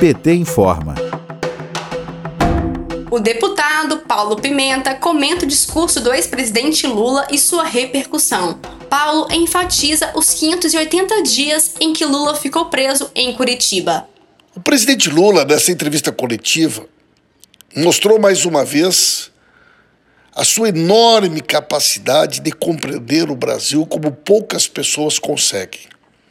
PT informa. O deputado Paulo Pimenta comenta o discurso do ex-presidente Lula e sua repercussão. Paulo enfatiza os 580 dias em que Lula ficou preso em Curitiba. O presidente Lula, nessa entrevista coletiva, mostrou mais uma vez a sua enorme capacidade de compreender o Brasil como poucas pessoas conseguem.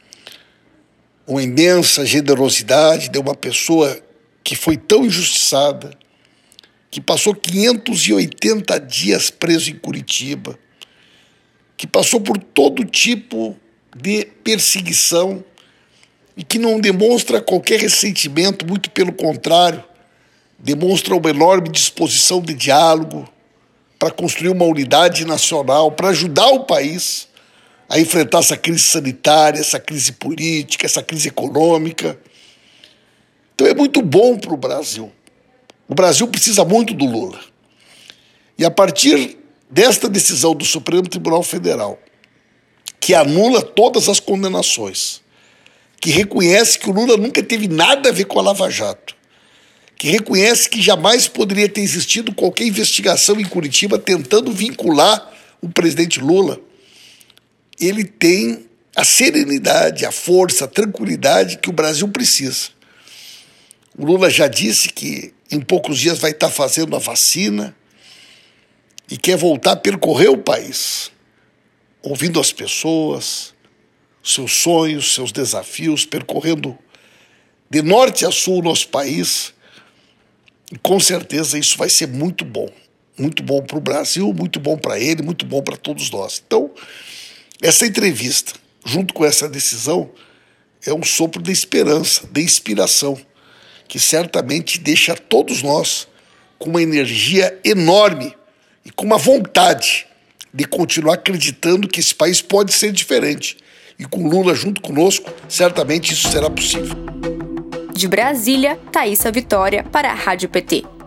Uma imensa generosidade de uma pessoa que foi tão injustiçada, que passou 580 dias preso em Curitiba, que passou por todo tipo de perseguição e que não demonstra qualquer ressentimento, muito pelo contrário, demonstra uma enorme disposição de diálogo para construir uma unidade nacional, para ajudar o país a enfrentar essa crise sanitária, essa crise política, essa crise econômica. Então é muito bom para o Brasil. O Brasil precisa muito do Lula. E a partir desta decisão do Supremo Tribunal Federal, que anula todas as condenações, que reconhece que o Lula nunca teve nada a ver com a Lava Jato, que reconhece que jamais poderia ter existido qualquer investigação em Curitiba tentando vincular o presidente Lula, ele tem a serenidade, a força, a tranquilidade que o Brasil precisa. O Lula já disse que em poucos dias vai estar fazendo a vacina e quer voltar a percorrer o país, ouvindo as pessoas, seus sonhos, seus desafios, percorrendo de norte a sul o nosso país. E com certeza isso vai ser muito bom para o Brasil, muito bom para ele, muito bom para todos nós. Então, essa entrevista, junto com essa decisão, é um sopro de esperança, de inspiração, que certamente deixa todos nós com uma energia enorme e com uma vontade de continuar acreditando que esse país pode ser diferente. E com Lula junto conosco, certamente isso será possível. De Brasília, Thaísa Vitória para a Rádio PT.